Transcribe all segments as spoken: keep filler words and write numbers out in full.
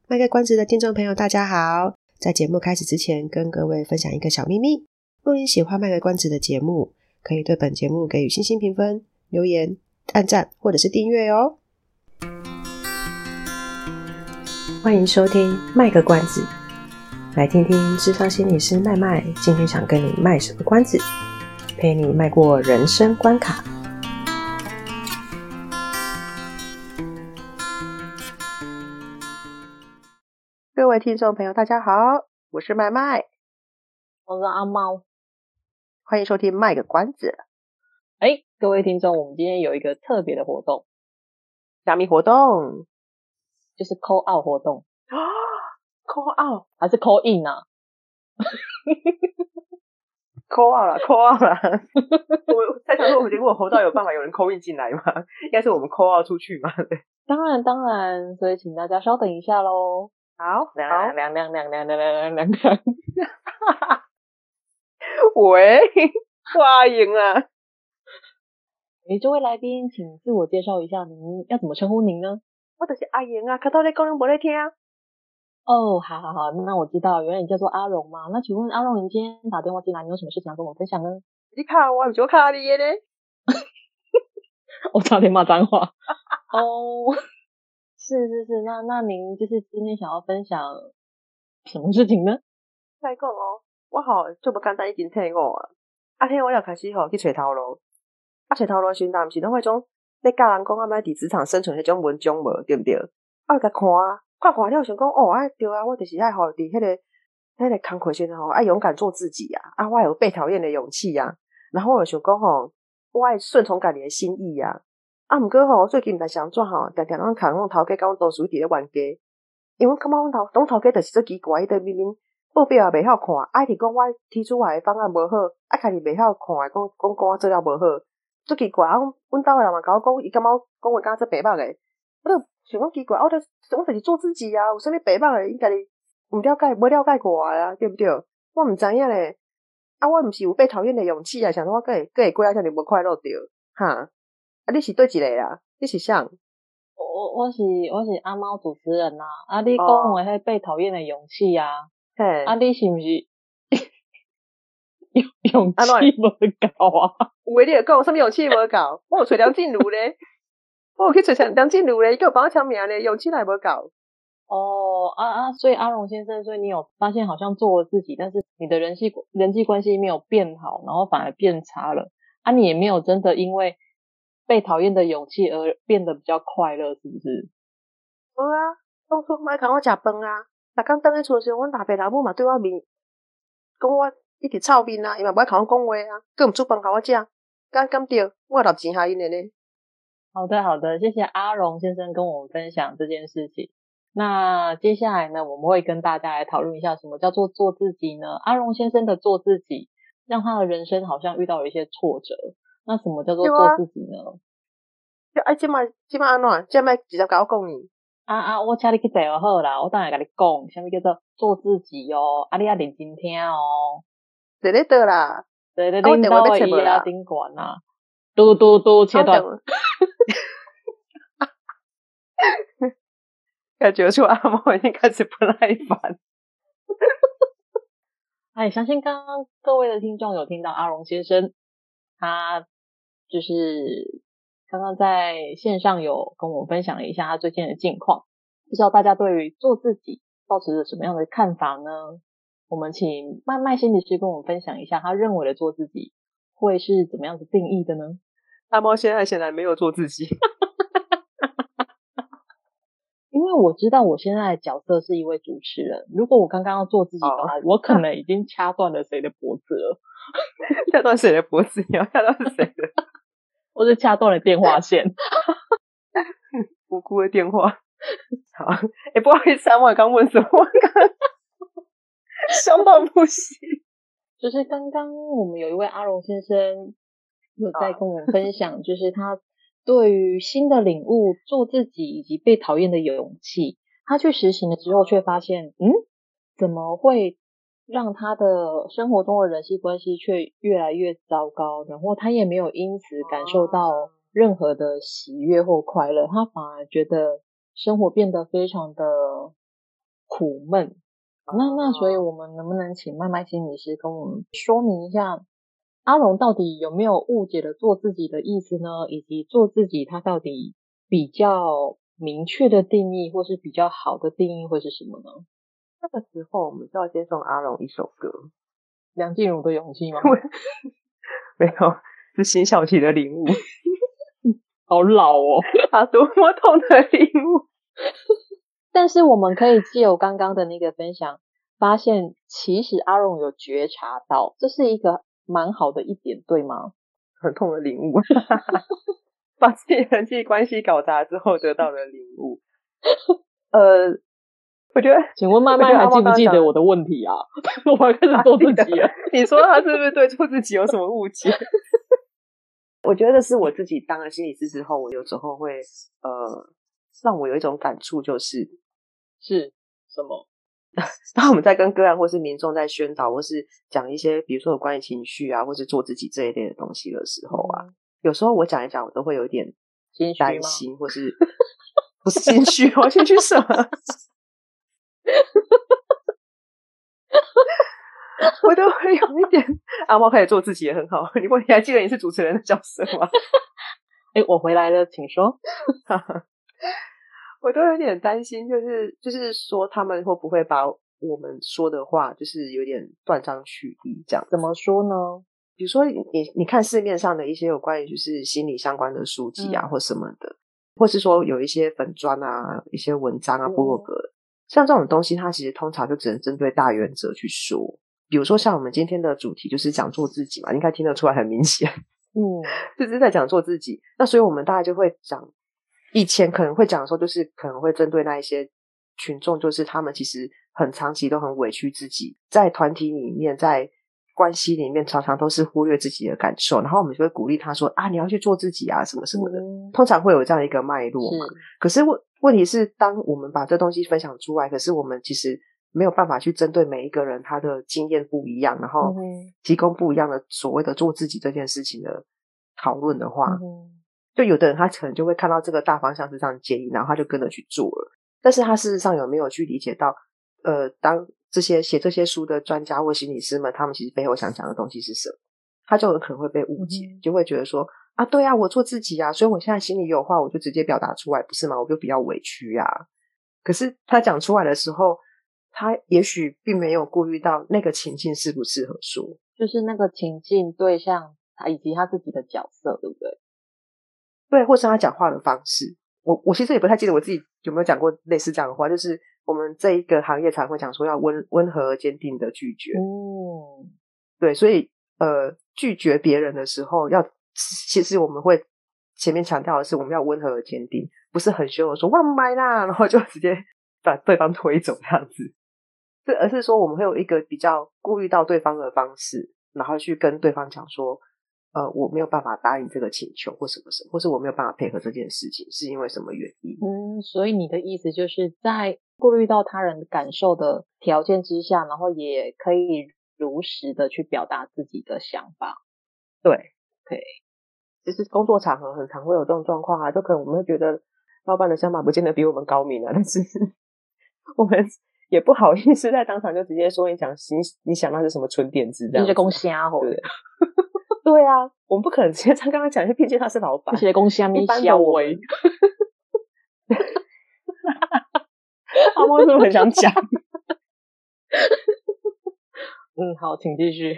卖个关子的听众朋友大家好，在节目开始之前跟各位分享一个小秘密，若你喜欢卖个关子的节目，可以对本节目给予星星评分、留言、按赞或者是订阅哦。欢迎收听卖个关子，来听听智商心理师麦麦今天想跟你卖什么关子，陪你迈过人生关卡。各位听众朋友大家好，我是麦麦， 我是阿猫， 欢迎收听卖个关子。 哎，各位听众，我们今天有一个特别的活动， 虾米活动？ 就是 call out 活动。 啊 call out 还是 call in 啊 ？call out 啦 call out 啦我在想说，我们节目活到有办法有人 call in 进来吗？应该是我们 call out 出去嘛。对， 当然当然，所以请大家稍等一下咯。 好， 凉凉凉凉凉凉凉凉凉。 喂，我阿莹啊。 诶，这位来宾，请自我介绍一下，您要怎么称呼您呢？ 我就是阿莹啊，可到底讲你没在听。 哦，好好好，那我知道，原来你叫做阿荣嘛。那请问阿荣，您今天打电话进来，你有什么事情要跟我分享呢？ 你卡我，不是我卡你的呢。 我差点骂脏话。哦，是是是，那那您就是今天想要分享什么事情呢？ 来讲哦，我吼就不简单已经退伍啊，啊退伍了开始吼去找头路，啊找头路的时阵，但毋是拢迄种咧教人讲啊，要伫职场生存迄种文章无，对不对？啊，甲看啊，看看了想讲哦，啊对啊，我就是爱吼伫迄个迄个工课时阵吼，爱勇敢做自己啊，啊，我有被讨厌的勇气啊，然后我就想讲吼，我爱顺从家己的心意啊，啊，毋过吼最近毋知是安怎吼，定定拢看阮头家甲阮同事伫咧冤家，因为我感觉阮头阮头家就是做奇怪，伊就明明报表也袂晓看，啊，直讲我提出来的方案无好，啊，家己袂晓看，讲讲讲我做了无好，做奇怪啊！阮兜的人嘛甲我讲，伊感觉讲话敢做白目诶，我就想讲奇怪，我就我就是做自己啊，有啥物白目诶？伊家己毋了解，无了解我啊，对不对？我毋知影咧，啊，我毋是有被讨厌的勇气啊，想说我个会个会过啊，遮尔无快乐着，哈！啊，你是对一个啊？你是啥？ 我我是我是阿猫主持人呐、啊，啊，你讲的迄被讨厌的勇气啊， 嘿， 啊，你是毋是勇勇气无够啊？ 有诶，你会讲啥物勇气无够？我有找梁静茹咧，我有去找梁静茹咧，伊叫我帮我签名咧，勇气哪会无够？ 哦，啊啊，所以阿荣先生，所以你有发现好像做了自己，但是你的人际人际关系没有变好，然后反而变差了，啊，你也没有真的因为被讨厌的勇气而变得比较快乐，是不是？ 无啊，当初莫甲我食饭啊，逐工倒去厝时，阮大伯老母嘛对我面讲我一直臭面啊，伊嘛无爱甲我讲话啊，佮毋煮饭甲我食，敢敢对，我有留钱下因的呢。 好的好的，谢谢阿荣先生跟我们分享这件事情。那接下来呢，我们会跟大家来讨论一下什么叫做做自己呢？阿荣先生的做自己，让他的人生好像遇到了一些挫折。那什么叫做做自己呢？ 就哎，即摆即摆安怎？即摆直接甲我讲呢？ 啊啊，我请你去坐好啦，我等下甲你讲，什么叫做做自己哦？啊，你要认真听哦。 坐咧倒啦？ 对对对，你到我伊啊顶管啊，嘟嘟嘟切断。 感觉出阿猫已经开始不耐烦。 哎，相信刚刚各位的听众有听到阿荣先生，他就是刚刚在线上有跟我分享了一下他最近的近况，不知道大家对于做自己抱持着什么样的看法呢？我们请麦麦心理师跟我们分享一下他认为的做自己会是怎么样子定义的呢？ 阿猫现在显然没有做自己。 因为我知道我现在的角色是一位主持人，如果我刚刚要做自己的话， oh. 我可能已经掐断了谁的脖子了。 掐断谁的脖子？你要掐断谁的？ 我是掐断了电话线。 无辜的电话。好，欸，不好意思啊，我刚问什么？我刚笑到不行。 就是刚刚我们有一位阿荣先生有在跟我们分享，就是他对于新的领悟、做自己以及被讨厌的勇气，他去实行了之后却发现，嗯，怎么会让他的生活中的人际关系却越来越糟糕，然后他也没有因此感受到任何的喜悦或快乐，他反而觉得生活变得非常的苦闷。那那所以我们能不能请麦麦心理师跟我们说明一下，阿荣到底有没有误解了做自己的意思呢？以及做自己它到底比较明确的定义或是比较好的定义会是什么呢？ 那个时候我们就要先送阿荣一首歌， 梁静茹的勇气吗？ 没有，是辛晓琪的领悟。 好老哦， 他多么痛的领悟。 但是我们可以借由刚刚的那个分享，发现其实阿荣有觉察到，这是一个蛮好的一点，对吗？ 很痛的领悟。把自己人际关系搞砸之后得到的领悟。呃，我觉得， 请问麦麦还记不记得我的问题啊？我还开始做自己了。 你说他是不是对做自己有什么误解？我觉得是我自己当了心理师之后，我有时候会呃，让我有一种感触，就是是什么？ 当我们在跟个案或是民众在宣导或是讲一些比如说有关于情绪啊或是做自己这一类的东西的时候啊、嗯、有时候我讲一讲我都会有一点担心或是不是心虚哦，心虚什么？我都会有一点阿猫开始做自己也很好。如果你还记得你是主持人的角色吗？ 诶我回来了，请说。 我都有点担心，就是就是说他们会不会把我们说的话就是有点断章取义这样。 怎么说呢？ 比如说你你看市面上的一些有关于就是心理相关的书籍啊、嗯、或什么的，或是说有一些粉专啊一些文章啊部落格、嗯、像这种东西它其实通常就只能针对大原则去说。比如说像我们今天的主题就是讲做自己嘛，应该听得出来很明显。嗯，就是在讲做自己。那所以我们大概就会讲，以前可能会讲的时候就是可能会针对那一些群众，就是他们其实很长期都很委屈自己，在团体里面在关系里面常常都是忽略自己的感受，然后我们就会鼓励他说啊你要去做自己啊什么什么的、嗯、通常会有这样一个脉络嘛。可是问问题是当我们把这东西分享出来，可是我们其实没有办法去针对每一个人他的经验不一样，然后提供不一样的所谓的做自己这件事情的讨论的话、嗯、就有的人他可能就会看到这个大方向是这样建议，然后他就跟着去做了，但是他事实上有没有去理解到呃，当这些写这些书的专家或心理师们他们其实背后想讲的东西是什么，他就有可能会被误解、嗯、就会觉得说啊对啊我做自己啊，所以我现在心里有话我就直接表达出来不是吗，我就比较委屈啊。可是他讲出来的时候他也许并没有顾虑到那个情境适不适合说， 就是那个情境对象他以及他自己的角色对不对？ 对，或是他讲话的方式。我我其实也不太记得我自己有没有讲过类似这样的话，就是我们这一个行业才会讲说要温温和而坚定的拒绝。嗯，对，所以呃拒绝别人的时候要其实我们会前面强调的是我们要温和而坚定，不是很凶的说哇买啦然后就直接把对方推走这样子，这而是说我们会有一个比较顾虑到对方的方式，然后去跟对方讲说呃，我没有办法答应这个请求或什么什么，或是我没有办法配合这件事情是因为什么原因。 嗯，所以你的意思就是在顾虑到他人感受的条件之下，然后也可以如实的去表达自己的想法。 对对， 其实工作场合很常会有这种状况啊，就可能我们会觉得老板的想法不见得比我们高明啊，但是我们也不好意思在当场就直接说你讲你你想那是什么蠢点子这样子， 你是公虾吼。 对对啊，我们不可能直接这样跟他讲，因为毕竟他是老板。 你是公虾咪小微。 阿猫是不是很想讲？ 嗯，好，请继续。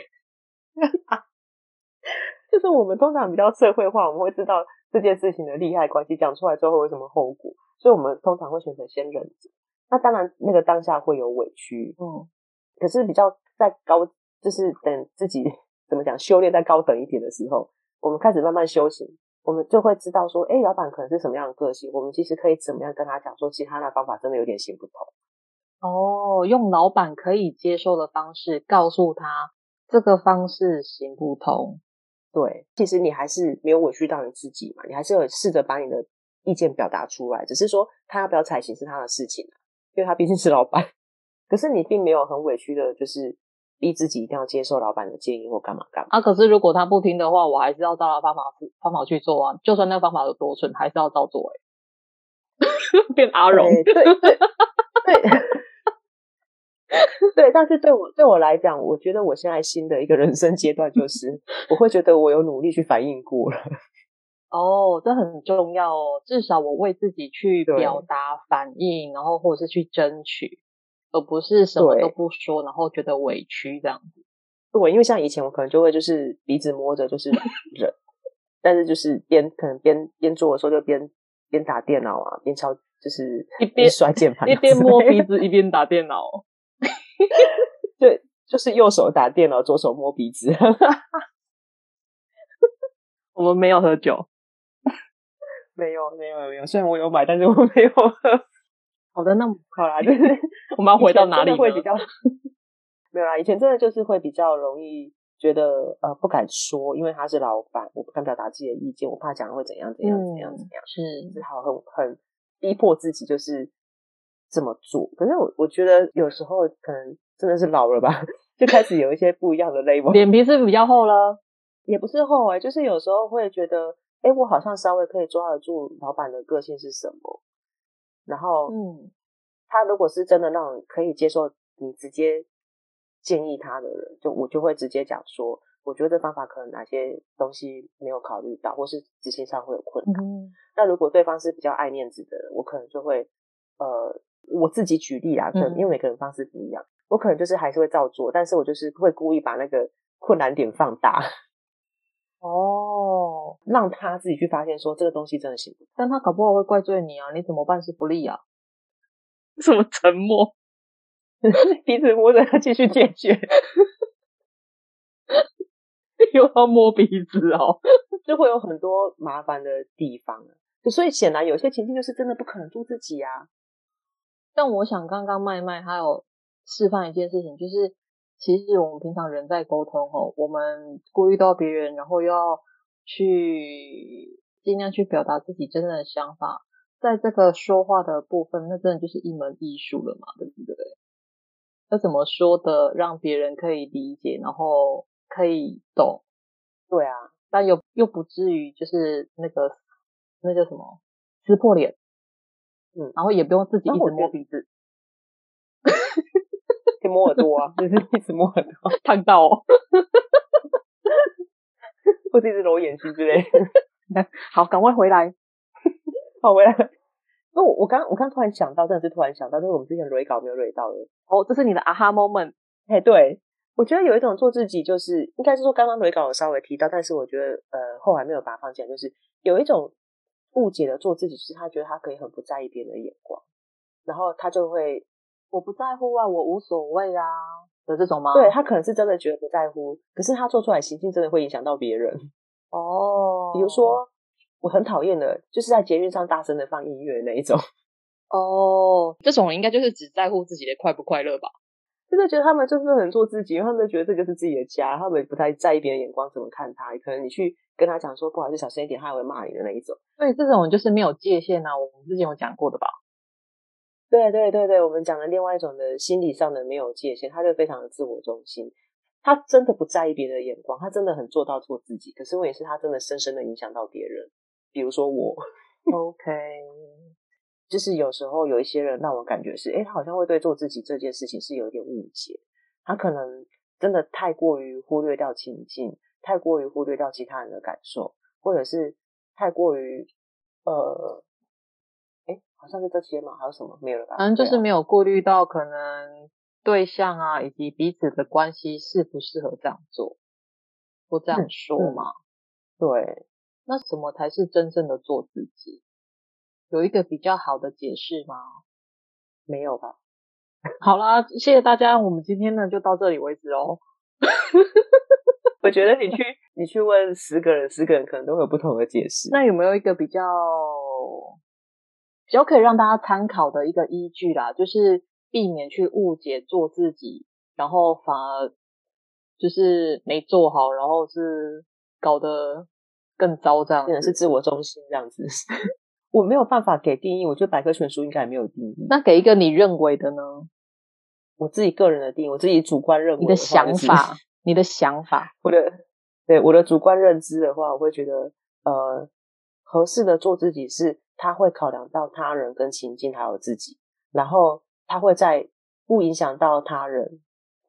就是我们通常比较社会化，我们会知道这件事情的利害关系，讲出来之后会有什么后果，所以我们通常会选择先忍着。那当然，那个当下会有委屈，嗯，可是比较在高，就是等自己怎么讲，修炼再高等一点的时候，我们开始慢慢修行，我们就会知道说，诶，老板可能是什么样的个性，我们其实可以怎么样跟他讲说，其实他的方法真的有点行不通。 哦，用老板可以接受的方式告诉他这个方式行不通。 对，其实你还是没有委屈到你自己嘛，你还是有试着把你的意见表达出来，只是说他要不要采行是他的事情，因为他毕竟是老板。可是你并没有很委屈的就是逼自己一定要接受老板的建议或干嘛干嘛啊。可是如果他不听的话，我还是要照他方法方法去做啊，就算那个方法有多蠢还是要照做。欸变阿荣。 对对对对但是对我对我来讲，我觉得我现在新的一个人生阶段就是，我会觉得我有努力去反应过了。 哦，这很重要哦，至少我为自己去表对达反应，然后或者是去争取，而不是什么都对不说，然后觉得委屈这样子。 对，因为像以前我可能就会就是鼻子摸着就是忍，但是就是边可能边边做的时候就边边打电脑啊，边敲就是一边边摔键盘一边摸鼻子一边打电脑。 对，就是右手打电脑，左手摸鼻子。 我们没有喝酒。 没有没有没有，虽然我有买，但是我没有喝。 好的，那好啦，就是我们要回到哪里呢？ 会比较没有啦，以前真的就是会比较容易觉得呃不敢说，因为他是老板，我不敢表达自己的意见，我怕讲会怎样怎样怎样怎样， 是只好很很逼迫自己就是这么做。可是我我觉得有时候可能真的是老了吧，就开始有一些不一样的 level， 脸皮是比较厚了， 也不是厚欸，就是有时候会觉得，哎，我好像稍微可以抓得住老板的个性是什么，然后， 嗯， 他如果是真的让可以接受你直接建议他的人，就我就会直接讲说，我觉得这方法可能哪些东西没有考虑到，或是执行上会有困难。 嗯， 那如果对方是比较爱面子的人，我可能就会，呃，我自己举例啦，可能因为每个人方式不一样，我可能就是还是会照做，但是我就是会故意把那个困难点放大。 哦， 让他自己去发现说这个东西真的行不通。 但他搞不好会怪罪你啊，你怎么办事不力啊？什么沉默？ 彼此摸着继续解决。 又要摸鼻子哦， 就会有很多麻烦的地方，所以显然有些情境就是真的不可能做自己啊。 但我想刚刚麦麦还有示范一件事情，就是其实我们平常人在沟通哦，我们顾虑到别人，然后又要去尽量去表达自己真正的想法，在这个说话的部分，那真的就是一门艺术了嘛，对不对？要怎么说的让别人可以理解，然后可以懂， 对啊， 但又又不至于就是那个那叫什么撕破脸， 嗯， 然后也不用自己一直摸鼻子， 可以摸耳朵啊，就是一直摸耳朵， 烫到哦， 或者一直揉眼睛之类的。 好，赶快回来， 好，回来。那我我刚我刚突然想到，真的是突然想到，就是我们之前蕊稿没有蕊到的。 哦，这是你的 aha moment。 哎，对，我觉得有一种做自己，就是应该是说刚刚蕊稿有稍微提到，但是我觉得呃后来没有把它放进来，就是有一种误解的做自己，就是他觉得他可以很不在意别人的眼光，然后他就会我不在乎啊，我无所谓啊的这种吗？ 对，他可能是真的觉得不在乎，可是他做出来行径真的会影响到别人。 哦， 比如说我很讨厌的就是在捷运上大声的放音乐那一种。 哦，这种人应该就是只在乎自己的快不快乐吧？ 真的觉得他们就是很做自己，因为他们觉得这就是自己的家，他们也不太在意别人眼光怎么看他，可能你去跟他讲说不好意思小声一点，他还会骂你的那一种。 所以这种就是没有界限啊，我们之前有讲过的吧？ 对对对对，我们讲的另外一种的心理上的没有界限，他就非常的自我中心，他真的不在意别人的眼光，他真的很做到做自己，可是问题是他真的深深的影响到别人，比如说我。 OK， 就是有时候有一些人让我感觉是，诶，他好像会对做自己这件事情是有点误解，他可能真的太过于忽略掉情境，太过于忽略掉其他人的感受，或者是太过于呃，诶，好像是这些嘛，还有什么没有了吧？ 反正就是啊、 没有顾虑到可能对象啊，以及彼此的关系适不适合这样做，或这样说嘛。 嗯、对， 那什么才是真正的做自己？有一个比较好的解释吗？ 没有吧？ 好啦，谢谢大家，我们今天呢就到这里为止哦。 我觉得你去你去问十个人，十个人可能都会有不同的解释。 那有没有一个比较比较可以让大家参考的一个依据啦？就是避免去误解做自己，然后反而就是没做好，然后是搞得更糟这样子， 变成是自我中心这样子。我没有办法给定义，我觉得百科全书应该也没有定义。 那给一个你认为的呢？ 我自己个人的定义，我自己主观认为你的想法，你的想法， 我的对我的主观认知的话，我会觉得呃，合适的做自己是他会考量到他人跟情境还有自己，然后他会在不影响到他人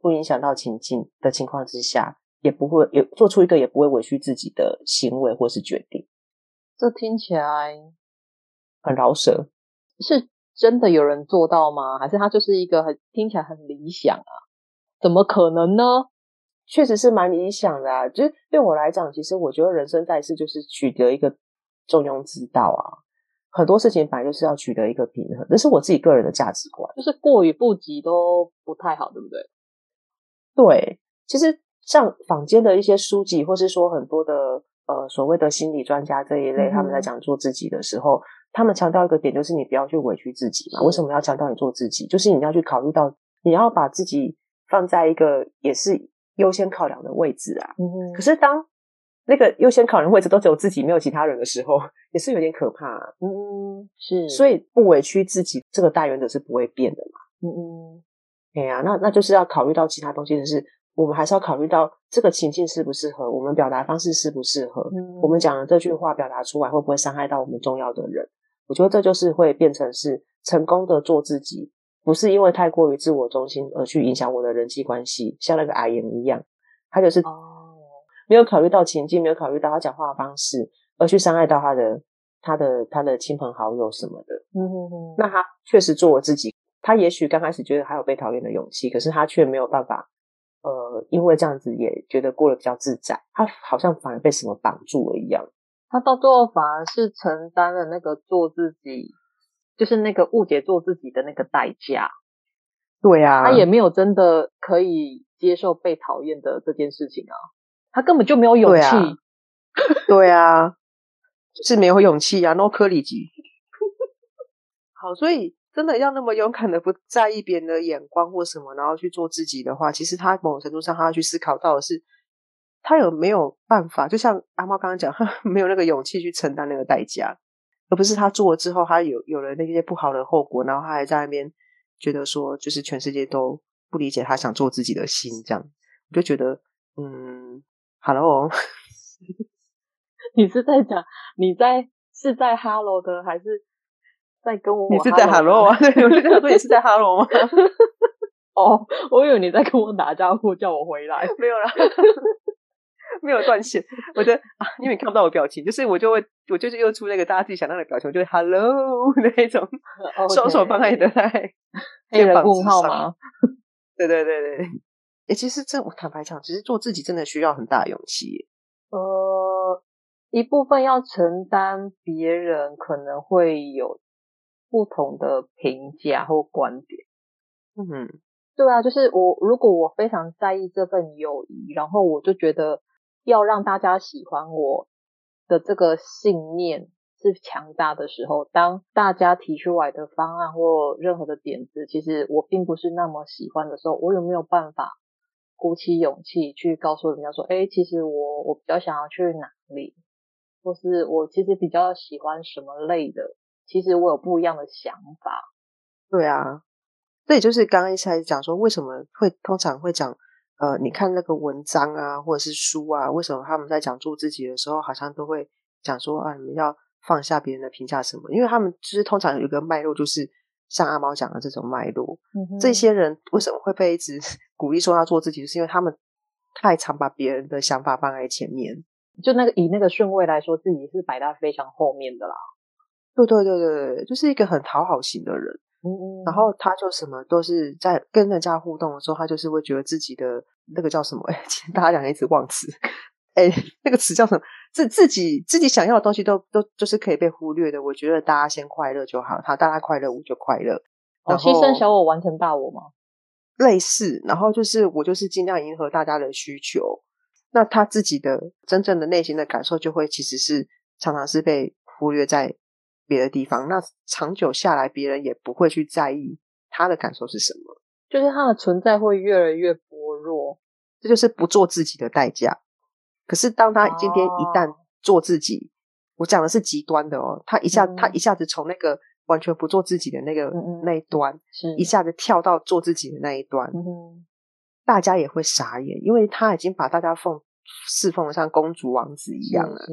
不影响到情境的情况之下，也不会也做出一个也不会委屈自己的行为或是决定。 这听起来很饶舌， 是真的有人做到吗？还是他就是一个很听起来很理想啊？怎么可能呢？ 确实是蛮理想的啊，就是对我来讲，其实我觉得人生在世就是取得一个中庸之道啊，很多事情本来就是要取得一个平衡，这是我自己个人的价值观。 就是过与不及都不太好，对不对？ 对，其实像坊间的一些书籍，或是说很多的呃所谓的心理专家这一类， 嗯哼他们在讲做自己的时候，他们强调一个点，就是你不要去委屈自己嘛。为什么要强调你做自己？就是你要去考虑到，你要把自己放在一个也是优先考量的位置啊。 嗯哼可是当那个优先考量位置都只有自己没有其他人的时候，也是有点可怕啊。 嗯，是， 所以不委屈自己这个大原则是不会变的嘛。 嗯嗯， 哎呀、啊，那那就是要考虑到其他东西的是，我们还是要考虑到这个情境适不适合，我们表达方式适不适合， 嗯我们讲的这句话表达出来会不会伤害到我们重要的人。我觉得这就是会变成是成功的做自己，不是因为太过于自我中心而去影响我的人际关系，像那个阿言一样，他就是没有考虑到情境，没有考虑到他讲话的方式，而去伤害到他的他的他的亲朋好友什么的。 嗯哼哼， 那他确实做我自己，他也许刚开始觉得还有被讨厌的勇气，可是他却没有办法呃，因为这样子也觉得过得比较自在，他好像反而被什么绑住了一样。 他到最后反而是承担了那个做自己，就是那个误解做自己的那个代价。 对啊， 他也没有真的可以接受被讨厌的这件事情啊，他根本就没有勇气。 对啊，对啊，就是没有勇气啊 ，no 颗粒级。好，所以真的要那么勇敢的不在意别人的眼光或什么，然后去做自己的话，其实他某种程度上他要去思考到的是，他有没有办法，就像阿猫刚刚讲，他没有那个勇气去承担那个代价，而不是他做了之后，他有有了那些不好的后果，然后他还在那边觉得说，就是全世界都不理解他想做自己的心，这样我就觉得，嗯 ，Hello， 你是在讲你在是在 Hello 的，还是在跟我？ 你是在 Hello 啊？对，我就想说你是在 Hello 吗？ 哦，我以为你在跟我打招呼，叫我回来。 没有啦。没有断线，我觉得啊，因为你看不到我表情，就是我就会，我就是又出那个大家自己想到的表情，我就会 hello 的那种， Okay. 双手放在你的在黑人问号吗？ 对对对对，诶，其实这我坦白讲，其实做自己真的需要很大的勇气。 呃，一部分要承担别人可能会有不同的评价或观点。 嗯， 对啊，就是我如果我非常在意这份友谊，然后我就觉得要让大家喜欢我的这个信念是强大的时候，当大家提出来的方案或任何的点子，其实我并不是那么喜欢的时候，我有没有办法鼓起勇气去告诉人家说，诶，其实我我比较想要去哪里，或是我其实比较喜欢什么类的，其实我有不一样的想法。 对啊，这也就是刚刚一开始讲说，为什么会通常会讲，呃，你看那个文章啊，或者是书啊，为什么他们在讲做自己的时候，好像都会讲说啊，你们要放下别人的评价什么？因为他们就是通常有一个脉络，就是像阿猫讲的这种脉络。 嗯、 这些人为什么会被一直鼓励说要做自己，就是因为他们太常把别人的想法放在前面。 就那个以那个顺位来说，自己是摆在非常后面的啦。 对对对对，就是一个很讨好型的人。 嗯， 然后他就什么都是在跟人家互动的时候，他就是会觉得自己的那个叫什么？哎，大家两个一直忘词。哎，那个词叫什么？自自己自己想要的东西都都就是可以被忽略的。我觉得大家先快乐就好，他大家快乐我就快乐。 哦，牺牲小我完成大我吗？ 类似，然后就是我就是尽量迎合大家的需求。那他自己的真正的内心的感受就会其实是常常是被忽略在别的地方，那长久下来别人也不会去在意他的感受是什么， 就是他的存在会越来越薄弱， 这就是不做自己的代价。可是当他今天一旦做自己、哦、我讲的是极端的哦，他一下、嗯、他一下子从那个完全不做自己的那个、嗯、那一端是一下子跳到做自己的那一端、嗯、大家也会傻眼，因为他已经把大家奉侍奉得像公主王子一样了，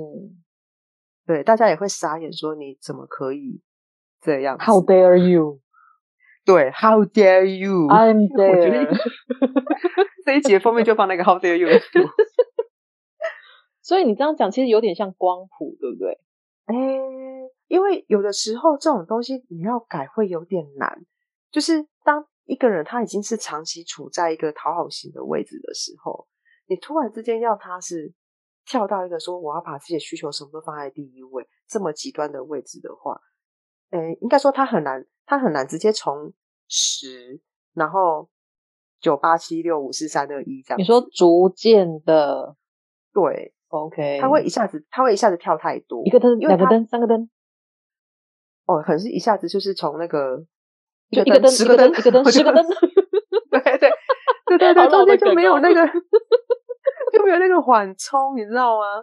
对，大家也会傻眼说你怎么可以这样子 How dare you 对 ，How dare you？ I'm 我觉得 there。 这一集的封面就放那个 How dare you 的图。 所以你这样讲，其实有点像光谱，对不对？ 哎，因为有的时候这种东西你要改会有点难，就是当一个人他已经是长期处在一个讨好型的位置的时候，你突然之间要他是跳到一个说我要把自己的需求什么都放在第一位这么极端的位置的话，诶，应该说他很难他很难直接从十然后九八七六五四三二一这样子。 你说逐渐的， 对 OK， 他会一下子他会一下子跳太多， 一个灯两个灯三个灯， 哦，可能是一下子就是从那个就一个灯十个灯一个灯十个灯对对对对对，中间就没有那个就没有那个缓冲，你知道吗？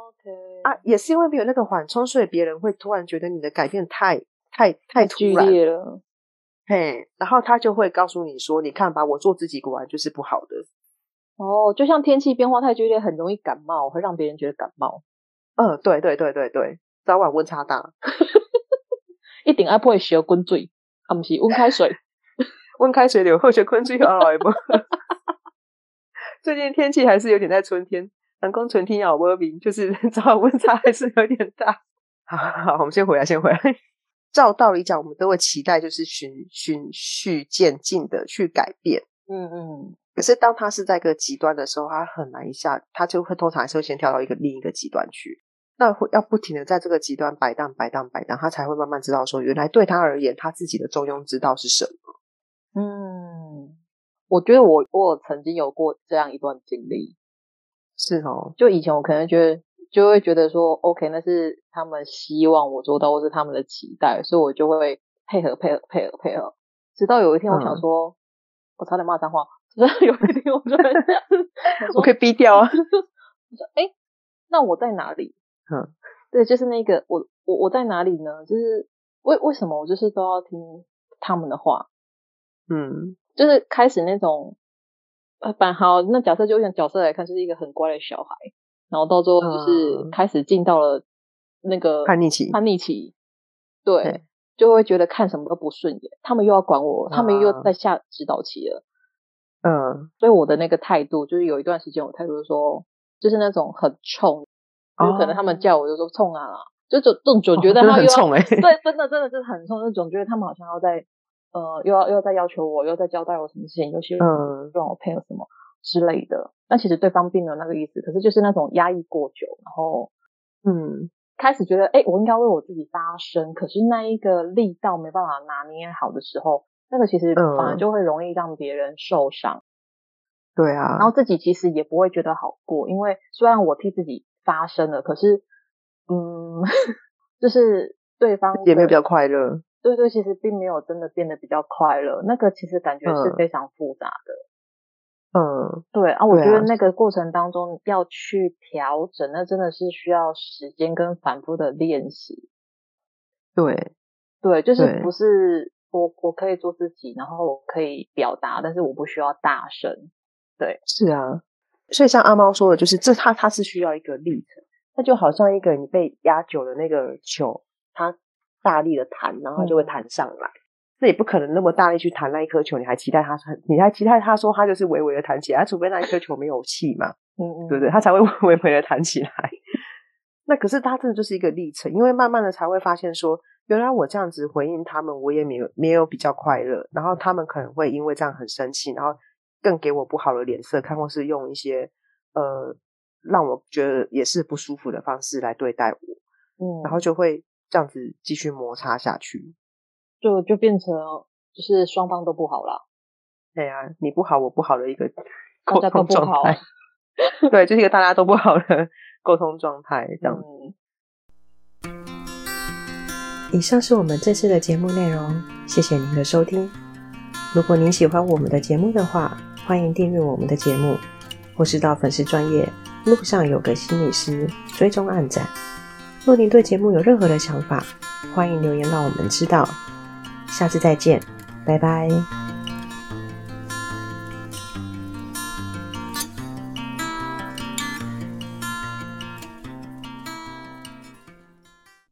OK 啊，也是因为没有那个缓冲，所以别人会突然觉得你的改变太太太突剧然烈了。 嘿，然后他就会告诉你说，你看吧，我做自己果然就是不好的。 哦，就像天气变化太剧烈，很容易感冒，会让别人觉得感冒。 嗯，对对对对对，早晚温差大。 一定要配烧滚水，啊不是温开水。 温开水流，或者昆水好来不？最近天气还是有点在春天，南宫春天要波比，就是早晚温差还是有点大。好好好，我们先回来，先回来。照道理讲，我们都会期待就是循循序渐进的去改变。 嗯嗯。 可是当他是在一个极端的时候，他很难一下，他就会通常还是会先跳到一个另一个极端去。那会要不停的在这个极端摆荡摆荡摆荡，他才会慢慢知道说，原来对他而言，他自己的中庸之道是什么。 嗯，我觉得我我曾经有过这样一段经历。 是哦， 就以前我可能觉得就会觉得说 OK 那是他们希望我做到或是他们的期待，所以我就会配合配合配合配合，直到有一天我想说、嗯、我差点骂脏话，直到有一天我就我可以逼掉啊我说诶那我在哪里？ 嗯， 对，就是那个我我我在哪里呢？就是为为什么我就是都要听他们的话？嗯，就是开始那种呃，板好，那假设就用角色来看，就是一个很乖的小孩，然后到最后就是开始进到了那个叛逆期， 叛逆期，对，对就会觉得看什么都不顺眼，他们又要管我，他们又在下指导期了，嗯，所以我的那个态度就是有一段时间，我态度就是说，就是那种很冲，就是可能他们叫我就说冲啊，就总总总觉得他又要、哦、很冲哎、欸，对，真的真的就是很冲，就总觉得他们好像要在。呃，又要又要再要求我，又要再交代我什么事情，又希望让我配合什么之类的。但其实对方并没有那个意思，可是就是那种压抑过久，然后嗯，开始觉得哎，我应该为我自己发声，可是那一个力道没办法拿捏好的时候，那个其实反而就会容易让别人受伤。 对啊， 然后自己其实也不会觉得好过，因为虽然我替自己发声了，可是嗯，就是对方也没有比较快乐。 对对，其实并没有真的变得比较快乐，那个其实感觉是非常复杂的。嗯，对啊，我觉得那个过程当中要去调整，那真的是需要时间跟反复的练习。 对， 对，就是不是我我可以做自己，然后我可以表达，但是我不需要大声。对， 是啊，所以像阿猫说的，就是这它它是需要一个历程，那就好像一个你被压久的那个球，它大力的弹，然后它就会弹上来。这、嗯、也不可能那么大力去弹那一颗球，你还期待它，你还期待它说它就是微微的弹起来，除非那一颗球没有气嘛，嗯嗯，对不对？它才会微微的弹起来。那可是它真的就是一个历程，因为慢慢的才会发现说，原来我这样子回应他们，我也没有没有比较快乐，然后他们可能会因为这样很生气，然后更给我不好的脸色看，或是用一些呃让我觉得也是不舒服的方式来对待我，嗯，然后就会这样子继续摩擦下去， 就就变成就是双方都不好啦。 对啊，你不好我不好的一个沟通状态， 对，就是一个大家都不好的沟通状态这样子。嗯，以上是我们这次的节目内容，谢谢您的收听。如果您喜欢我们的节目的话，欢迎订阅我们的节目，或是到粉丝专页路上有个心理师追踪按赞。若您对节目有任何的想法，欢迎留言让我们知道。下次再见，拜拜。